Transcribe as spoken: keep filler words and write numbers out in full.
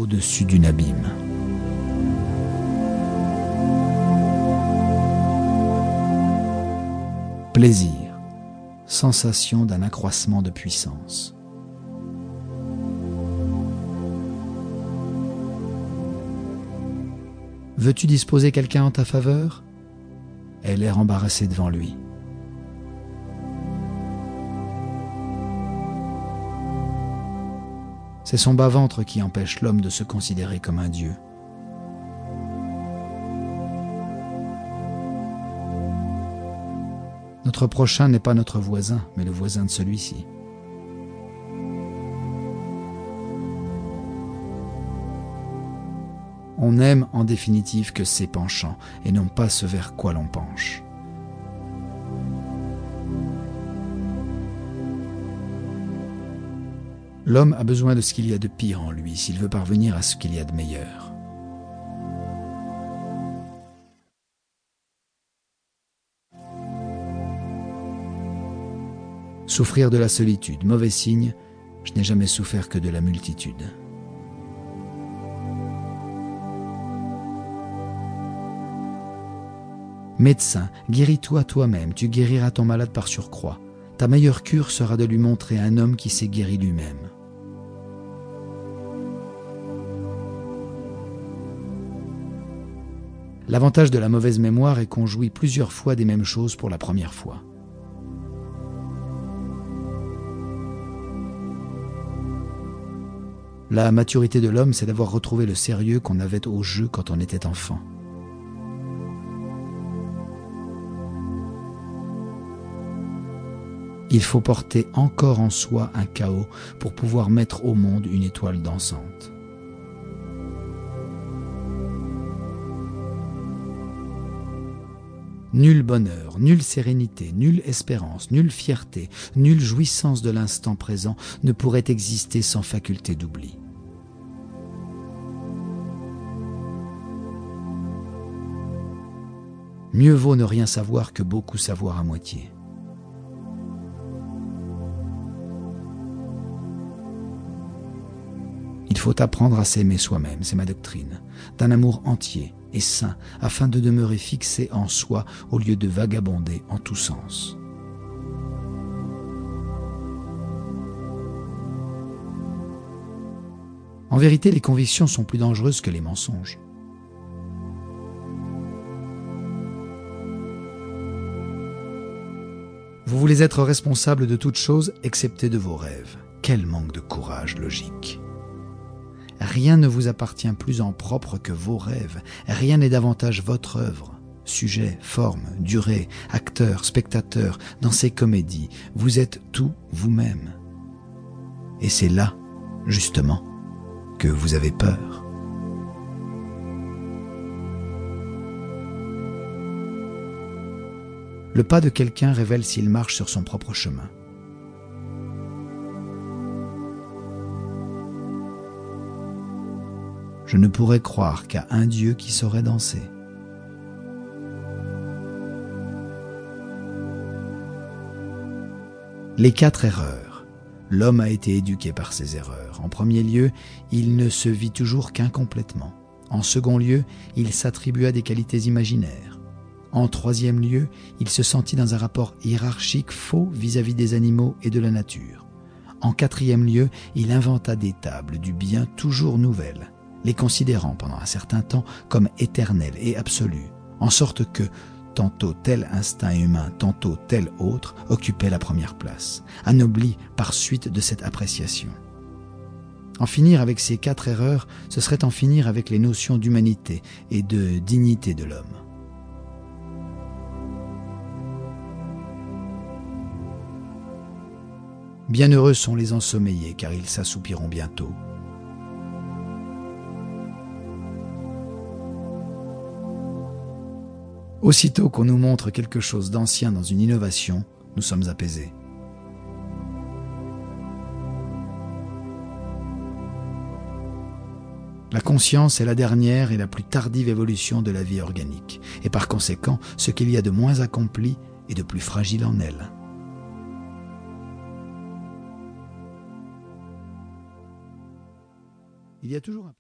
au-dessus d'un abîme. Plaisir, sensation d'un accroissement de puissance. Veux-tu disposer quelqu'un en ta faveur? Elle a l'air embarrassée devant lui. C'est son bas-ventre qui empêche l'homme de se considérer comme un dieu. Notre prochain n'est pas notre voisin, mais le voisin de celui-ci. On n'aime en définitive que ses penchants, et non pas ce vers quoi l'on penche. L'homme a besoin de ce qu'il y a de pire en lui, s'il veut parvenir à ce qu'il y a de meilleur. Souffrir de la solitude, mauvais signe, je n'ai jamais souffert que de la multitude. Médecin, guéris-toi toi-même, tu guériras ton malade par surcroît. Ta meilleure cure sera de lui montrer un homme qui s'est guéri lui-même. L'avantage de la mauvaise mémoire est qu'on jouit plusieurs fois des mêmes choses pour la première fois. La maturité de l'homme, c'est d'avoir retrouvé le sérieux qu'on avait au jeu quand on était enfant. Il faut porter encore en soi un chaos pour pouvoir mettre au monde une étoile dansante. Nul bonheur, nulle sérénité, nulle espérance, nulle fierté, nulle jouissance de l'instant présent ne pourrait exister sans faculté d'oubli. Mieux vaut ne rien savoir que beaucoup savoir à moitié. Il faut apprendre à s'aimer soi-même, c'est ma doctrine, d'un amour entier et sain, afin de demeurer fixé en soi au lieu de vagabonder en tous sens. En vérité, les convictions sont plus dangereuses que les mensonges. Vous voulez être responsable de toute chose excepté de vos rêves. Quel manque de courage logique! Rien ne vous appartient plus en propre que vos rêves. Rien n'est davantage votre œuvre. Sujet, forme, durée, acteur, spectateur, dans ces comédies, vous êtes tout vous-même. Et c'est là, justement, que vous avez peur. Le pas de quelqu'un révèle s'il marche sur son propre chemin. Je ne pourrais croire qu'à un Dieu qui saurait danser. Les quatre erreurs. L'homme a été éduqué par ses erreurs. En premier lieu, il ne se vit toujours qu'incomplètement. En second lieu, il s'attribua des qualités imaginaires. En troisième lieu, il se sentit dans un rapport hiérarchique faux vis-à-vis des animaux et de la nature. En quatrième lieu, il inventa des tables du bien toujours nouvelles, les considérant pendant un certain temps comme éternelles et absolues, en sorte que tantôt tel instinct humain, tantôt tel autre occupait la première place, anobli par suite de cette appréciation. En finir avec ces quatre erreurs, ce serait en finir avec les notions d'humanité et de dignité de l'homme. Bienheureux sont les ensommeillés, car ils s'assoupiront bientôt. Aussitôt qu'on nous montre quelque chose d'ancien dans une innovation, nous sommes apaisés. La conscience est la dernière et la plus tardive évolution de la vie organique, et par conséquent, ce qu'il y a de moins accompli et de plus fragile en elle. Il y a toujours un